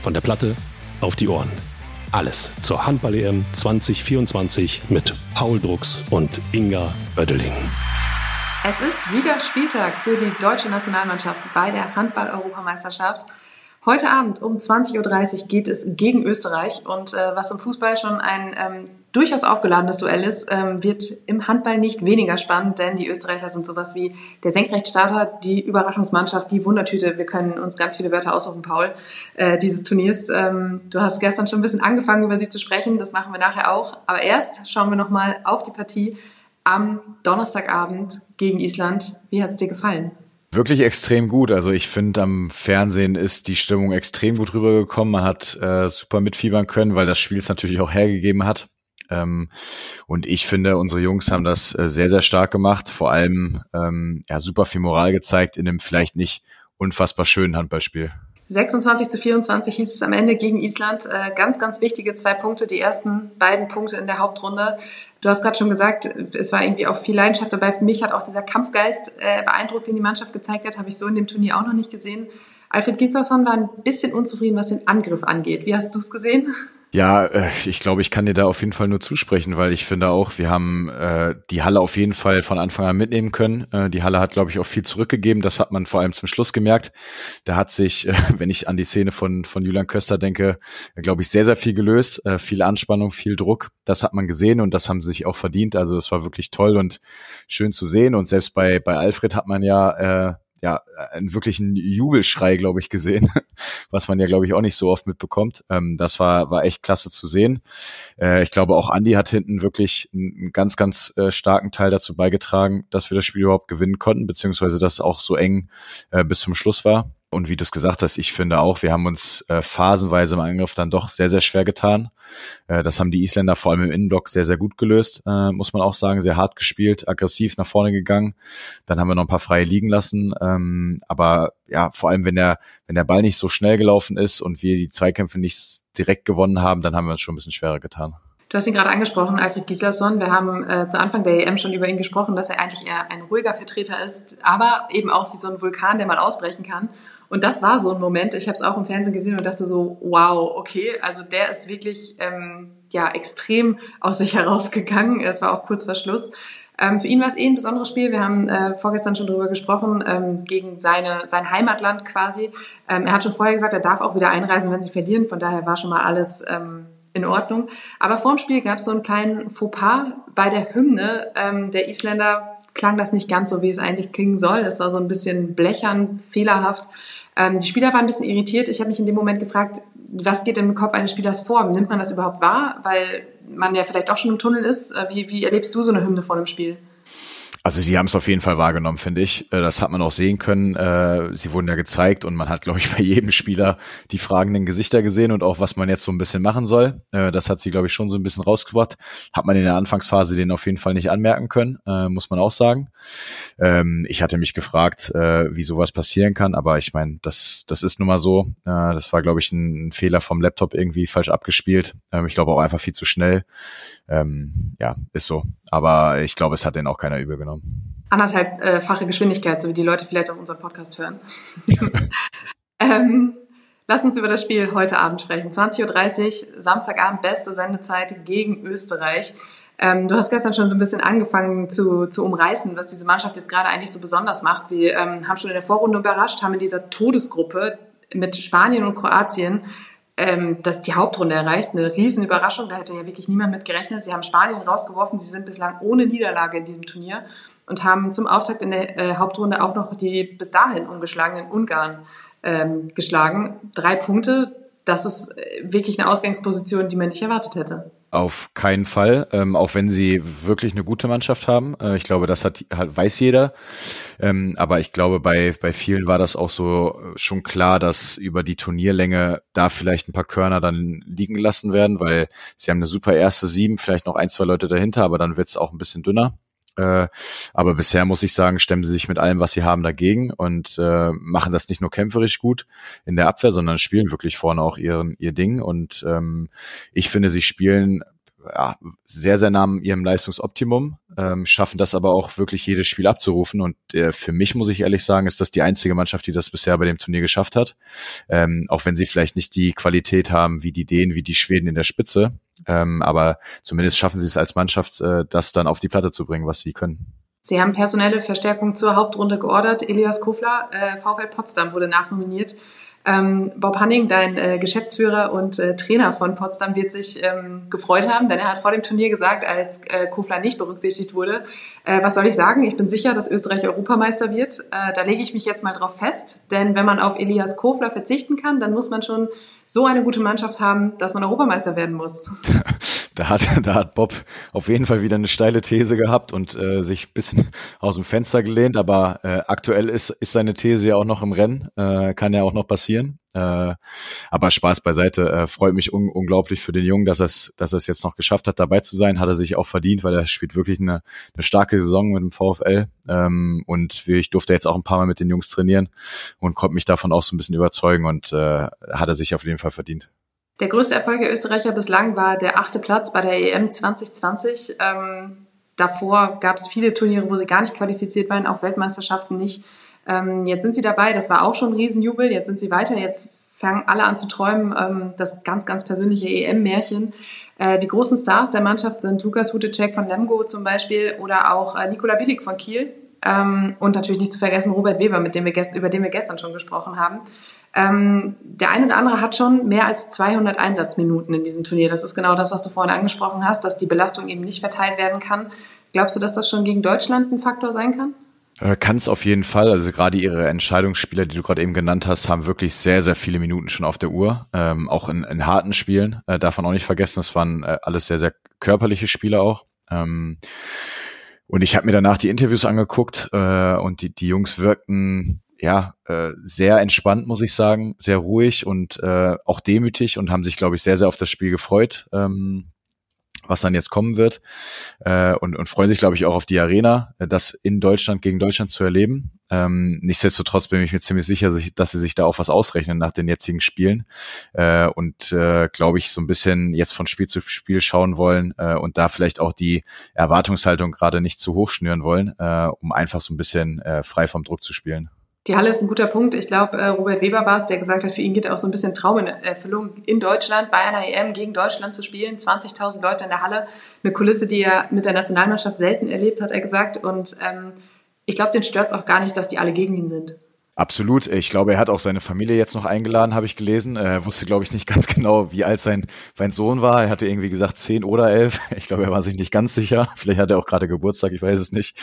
Von der Platte auf die Ohren. Alles zur Handball-EM 2024 mit Paul Drucks und Inga Oeddeling. Es ist wieder Spieltag für die deutsche Nationalmannschaft bei der Handball-Europameisterschaft. Heute Abend um 20.30 Uhr geht es gegen Österreich und was im Fußball schon ein durchaus aufgeladenes Duell ist, wird im Handball nicht weniger spannend, denn die Österreicher sind sowas wie der Senkrechtstarter, die Überraschungsmannschaft, die Wundertüte. Wir können uns ganz viele Wörter aussuchen, Paul, dieses Turniers. Du hast gestern schon ein bisschen angefangen, über sie zu sprechen, das machen wir nachher auch. Aber erst schauen wir nochmal auf die Partie am Donnerstagabend gegen Island. Wie hat es dir gefallen? Wirklich extrem gut. Also ich finde, am Fernsehen ist die Stimmung extrem gut rübergekommen. Man hat super mitfiebern können, weil das Spiel es natürlich auch hergegeben hat. Und ich finde, unsere Jungs haben das sehr, sehr stark gemacht. Vor allem super viel Moral gezeigt in einem vielleicht nicht unfassbar schönen Handballspiel. 26-24 hieß es am Ende gegen Island. Ganz, ganz wichtige 2 Punkte, die ersten beiden Punkte in der Hauptrunde. Du hast gerade schon gesagt, es war irgendwie auch viel Leidenschaft dabei. Für mich hat auch dieser Kampfgeist beeindruckt, den die Mannschaft gezeigt hat. Habe ich so in dem Turnier auch noch nicht gesehen. Alfred Gislason war ein bisschen unzufrieden, was den Angriff angeht. Wie hast du es gesehen? Ja, ich glaube, ich kann dir da auf jeden Fall nur zusprechen, weil ich finde auch, wir haben die Halle auf jeden Fall von Anfang an mitnehmen können. Die Halle hat, glaube ich, auch viel zurückgegeben. Das hat man vor allem zum Schluss gemerkt. Da hat sich, wenn ich an die Szene von Julian Köster denke, glaube ich, sehr, sehr viel gelöst. Viel Anspannung, viel Druck. Das hat man gesehen und das haben sie sich auch verdient. Also es war wirklich toll und schön zu sehen. Und selbst bei Alfred hat man einen wirklichen Jubelschrei, glaube ich, gesehen, was man ja, glaube ich, auch nicht so oft mitbekommt. Das war echt klasse zu sehen. Ich glaube, auch Andi hat hinten wirklich einen ganz, ganz starken Teil dazu beigetragen, dass wir das Spiel überhaupt gewinnen konnten, beziehungsweise dass es auch so eng bis zum Schluss war. Und wie du es gesagt hast, ich finde auch, wir haben uns phasenweise im Angriff dann doch sehr, sehr schwer getan. Das haben die Isländer vor allem im Innenblock sehr, sehr gut gelöst, muss man auch sagen. Sehr hart gespielt, aggressiv nach vorne gegangen. Dann haben wir noch ein paar freie liegen lassen. Aber ja, vor allem, wenn der Ball nicht so schnell gelaufen ist und wir die Zweikämpfe nicht direkt gewonnen haben, dann haben wir uns schon ein bisschen schwerer getan. Du hast ihn gerade angesprochen, Alfred Gislason. Wir haben zu Anfang der EM schon über ihn gesprochen, dass er eigentlich eher ein ruhiger Vertreter ist, aber eben auch wie so ein Vulkan, der mal ausbrechen kann. Und das war so ein Moment. Ich habe es auch im Fernsehen gesehen und dachte so, wow, okay, also der ist wirklich extrem aus sich herausgegangen. Es war auch kurz vor Schluss. Für ihn war es ein besonderes Spiel. Wir haben vorgestern schon drüber gesprochen, gegen sein Heimatland quasi. Er hat schon vorher gesagt, er darf auch wieder einreisen, wenn sie verlieren. Von daher war schon mal alles in Ordnung. Aber vor dem Spiel gab es so einen kleinen Fauxpas bei der Hymne der Isländer. Klang das nicht ganz so, wie es eigentlich klingen soll. Es war so ein bisschen blechern, fehlerhaft. Die Spieler waren ein bisschen irritiert. Ich habe mich in dem Moment gefragt, was geht im Kopf eines Spielers vor? Nimmt man das überhaupt wahr? Weil man ja vielleicht auch schon im Tunnel ist. Wie erlebst du so eine Hymne vor einem Spiel? Also sie haben es auf jeden Fall wahrgenommen, finde ich. Das hat man auch sehen können. Sie wurden ja gezeigt und man hat, glaube ich, bei jedem Spieler die fragenden Gesichter gesehen und auch, was man jetzt so ein bisschen machen soll. Das hat sie, glaube ich, schon so ein bisschen rausgebracht. Hat man in der Anfangsphase den auf jeden Fall nicht anmerken können, muss man auch sagen. Ich hatte mich gefragt, wie sowas passieren kann, aber ich meine, das ist nun mal so. Das war, glaube ich, ein Fehler vom Laptop irgendwie falsch abgespielt. Ich glaube auch einfach viel zu schnell. Ist so. Aber ich glaube, es hat denen auch keiner übel genommen. 1,5-fache Geschwindigkeit, so wie die Leute vielleicht auch unseren Podcast hören. Lass uns über das Spiel heute Abend sprechen. 20.30 Uhr, Samstagabend, beste Sendezeit gegen Österreich. Du hast gestern schon so ein bisschen angefangen zu umreißen, was diese Mannschaft jetzt gerade eigentlich so besonders macht. Sie haben schon in der Vorrunde überrascht, haben in dieser Todesgruppe mit Spanien und Kroatien die Hauptrunde erreicht. Eine Riesenüberraschung, da hätte ja wirklich niemand mit gerechnet. Sie haben Spanien rausgeworfen, sie sind bislang ohne Niederlage in diesem Turnier und haben zum Auftakt in der Hauptrunde auch noch die bis dahin ungeschlagenen Ungarn geschlagen. 3 Punkte, das ist wirklich eine Ausgangsposition, die man nicht erwartet hätte. Auf keinen Fall, auch wenn sie wirklich eine gute Mannschaft haben. Ich glaube, das weiß jeder. Aber ich glaube, bei vielen war das auch so schon klar, dass über die Turnierlänge da vielleicht ein paar Körner dann liegen gelassen werden, weil sie haben eine super erste 7, vielleicht noch 1, 2 Leute dahinter, aber dann wird es auch ein bisschen dünner. Aber bisher muss ich sagen, stemmen sie sich mit allem, was sie haben, dagegen und machen das nicht nur kämpferisch gut in der Abwehr, sondern spielen wirklich vorne auch ihr Ding. Und ich finde, sie spielen sehr, sehr nah an ihrem Leistungsoptimum, schaffen das aber auch wirklich jedes Spiel abzurufen. Und für mich, muss ich ehrlich sagen, ist das die einzige Mannschaft, die das bisher bei dem Turnier geschafft hat. Auch wenn sie vielleicht nicht die Qualität haben wie die Dänen, wie die Schweden in der Spitze. Aber zumindest schaffen sie es als Mannschaft, das dann auf die Platte zu bringen, was sie können. Sie haben personelle Verstärkung zur Hauptrunde geordert. Elias Kofler, VfL Potsdam, wurde nachnominiert. Bob Hanning, dein Geschäftsführer und Trainer von Potsdam, wird sich gefreut haben, denn er hat vor dem Turnier gesagt, als Kofler nicht berücksichtigt wurde, was soll ich sagen, ich bin sicher, dass Österreich Europameister wird. Da lege ich mich jetzt mal drauf fest, denn wenn man auf Elias Kofler verzichten kann, dann muss man schon so eine gute Mannschaft haben, dass man Europameister werden muss. Da hat Bob auf jeden Fall wieder eine steile These gehabt und sich ein bisschen aus dem Fenster gelehnt, aber aktuell ist seine These ja auch noch im Rennen, kann ja auch noch passieren. Aber Spaß beiseite, freut mich unglaublich für den Jungen, dass er es jetzt noch geschafft hat, dabei zu sein, hat er sich auch verdient, weil er spielt wirklich eine starke Saison mit dem VfL, und ich durfte jetzt auch ein paar Mal mit den Jungs trainieren und konnte mich davon auch so ein bisschen überzeugen und hat er sich auf jeden Fall verdient. Der größte Erfolg der Österreicher bislang war der 8. Platz bei der EM 2020. Davor gab es viele Turniere, wo sie gar nicht qualifiziert waren, auch Weltmeisterschaften nicht. Jetzt sind sie dabei, das war auch schon ein Riesenjubel, jetzt sind sie weiter, jetzt fangen alle an zu träumen, das ganz, ganz persönliche EM-Märchen. Die großen Stars der Mannschaft sind Lukas Hutecek von Lemgo zum Beispiel oder auch Nikola Bilic von Kiel und natürlich nicht zu vergessen Robert Weber, über den wir gestern schon gesprochen haben. Der eine oder andere hat schon mehr als 200 Einsatzminuten in diesem Turnier. Das ist genau das, was du vorhin angesprochen hast, dass die Belastung eben nicht verteilt werden kann. Glaubst du, dass das schon gegen Deutschland ein Faktor sein kann? Kann es auf jeden Fall. Also gerade ihre Entscheidungsspieler, die du gerade eben genannt hast, haben wirklich sehr, sehr viele Minuten schon auf der Uhr. Auch in harten Spielen, darf man auch nicht vergessen. Das waren alles sehr, sehr körperliche Spiele auch. Und ich habe mir danach die Interviews angeguckt und die Jungs wirkten sehr entspannt, muss ich sagen, sehr ruhig und auch demütig und haben sich, glaube ich, sehr, sehr auf das Spiel gefreut, was dann jetzt kommen wird, und freuen sich, glaube ich, auch auf die Arena, das in Deutschland gegen Deutschland zu erleben. Nichtsdestotrotz bin ich mir ziemlich sicher, dass sie sich da auch was ausrechnen nach den jetzigen Spielen und glaube ich, so ein bisschen jetzt von Spiel zu Spiel schauen wollen und da vielleicht auch die Erwartungshaltung gerade nicht zu hoch schnüren wollen, um einfach so ein bisschen frei vom Druck zu spielen. Die Halle ist ein guter Punkt. Ich glaube, Robert Weber war es, der gesagt hat, für ihn geht auch so ein bisschen Traum in Erfüllung, in Deutschland bei einer EM gegen Deutschland zu spielen. 20.000 Leute in der Halle, eine Kulisse, die er mit der Nationalmannschaft selten erlebt, hat er gesagt. Und ich glaube, den stört es auch gar nicht, dass die alle gegen ihn sind. Absolut. Ich glaube, er hat auch seine Familie jetzt noch eingeladen, habe ich gelesen. Er wusste, glaube ich, nicht ganz genau, wie alt sein Sohn war. Er hatte irgendwie gesagt 10 oder 11. Ich glaube, er war sich nicht ganz sicher. Vielleicht hat er auch gerade Geburtstag, ich weiß es nicht.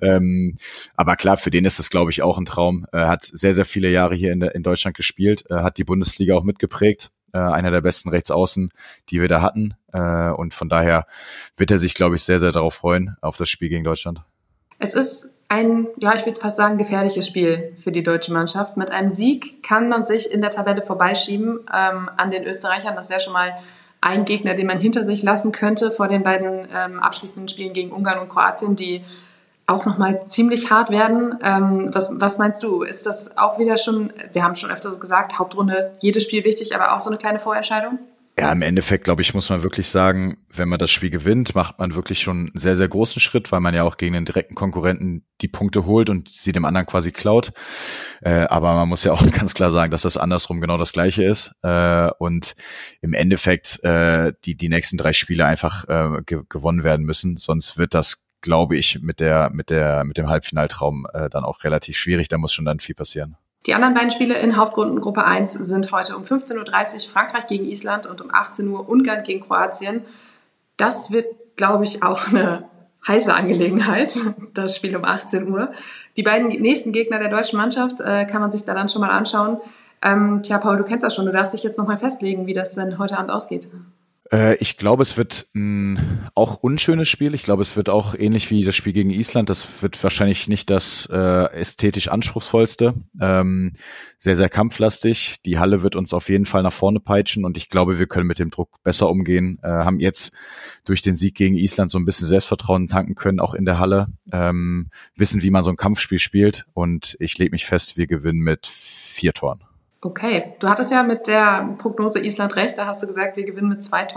Aber klar, für den ist es, glaube ich, auch ein Traum. Er hat sehr, sehr viele Jahre hier in Deutschland gespielt, hat die Bundesliga auch mitgeprägt. Einer der besten Rechtsaußen, die wir da hatten. Und von daher wird er sich, glaube ich, sehr, sehr darauf freuen, auf das Spiel gegen Deutschland. Es ist ein, ich würde fast sagen, gefährliches Spiel für die deutsche Mannschaft. Mit einem Sieg kann man sich in der Tabelle vorbeischieben an den Österreichern. Das wäre schon mal ein Gegner, den man hinter sich lassen könnte vor den beiden abschließenden Spielen gegen Ungarn und Kroatien, die auch nochmal ziemlich hart werden. Was meinst du? Ist das auch wieder schon, wir haben schon öfters gesagt, Hauptrunde, jedes Spiel wichtig, aber auch so eine kleine Vorentscheidung? Ja, im Endeffekt, glaube ich, muss man wirklich sagen, wenn man das Spiel gewinnt, macht man wirklich schon einen sehr, sehr großen Schritt, weil man ja auch gegen den direkten Konkurrenten die Punkte holt und sie dem anderen quasi klaut. Aber man muss ja auch ganz klar sagen, dass das andersrum genau das Gleiche ist. Und im Endeffekt die nächsten 3 Spiele einfach gewonnen werden müssen. Sonst wird das, glaube ich, mit dem Halbfinaltraum dann auch relativ schwierig. Da muss schon dann viel passieren. Die anderen beiden Spiele in Hauptrundengruppe 1 sind heute um 15.30 Uhr Frankreich gegen Island und um 18 Uhr Ungarn gegen Kroatien. Das wird, glaube ich, auch eine heiße Angelegenheit, das Spiel um 18 Uhr. Die beiden nächsten Gegner der deutschen Mannschaft kann man sich da dann schon mal anschauen. Paul, du kennst das schon, du darfst dich jetzt noch mal festlegen, wie das denn heute Abend ausgeht. Ich glaube, es wird ein auch unschönes Spiel. Ich glaube, es wird auch ähnlich wie das Spiel gegen Island. Das wird wahrscheinlich nicht das ästhetisch anspruchsvollste. Sehr, sehr kampflastig. Die Halle wird uns auf jeden Fall nach vorne peitschen und ich glaube, wir können mit dem Druck besser umgehen. Haben jetzt durch den Sieg gegen Island so ein bisschen Selbstvertrauen tanken können, auch in der Halle. Wissen, wie man so ein Kampfspiel spielt und ich lege mich fest, wir gewinnen mit 4 Toren. Okay, du hattest ja mit der Prognose Island recht, da hast du gesagt, wir gewinnen mit 2 Toren.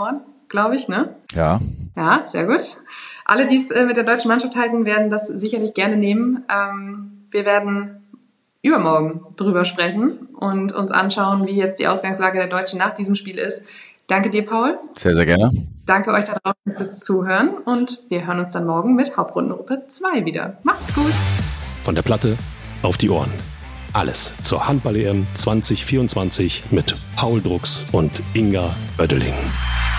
glaube ich, ne? Ja. Ja, sehr gut. Alle, die es mit der deutschen Mannschaft halten, werden das sicherlich gerne nehmen. Wir werden übermorgen drüber sprechen und uns anschauen, wie jetzt die Ausgangslage der Deutschen nach diesem Spiel ist. Danke dir, Paul. Sehr, sehr gerne. Danke euch da draußen fürs Zuhören und wir hören uns dann morgen mit Hauptrundengruppe 2 wieder. Macht's gut. Von der Platte auf die Ohren. Alles zur Handball-EM 2024 mit Paul Drucks und Inga Oeddeling.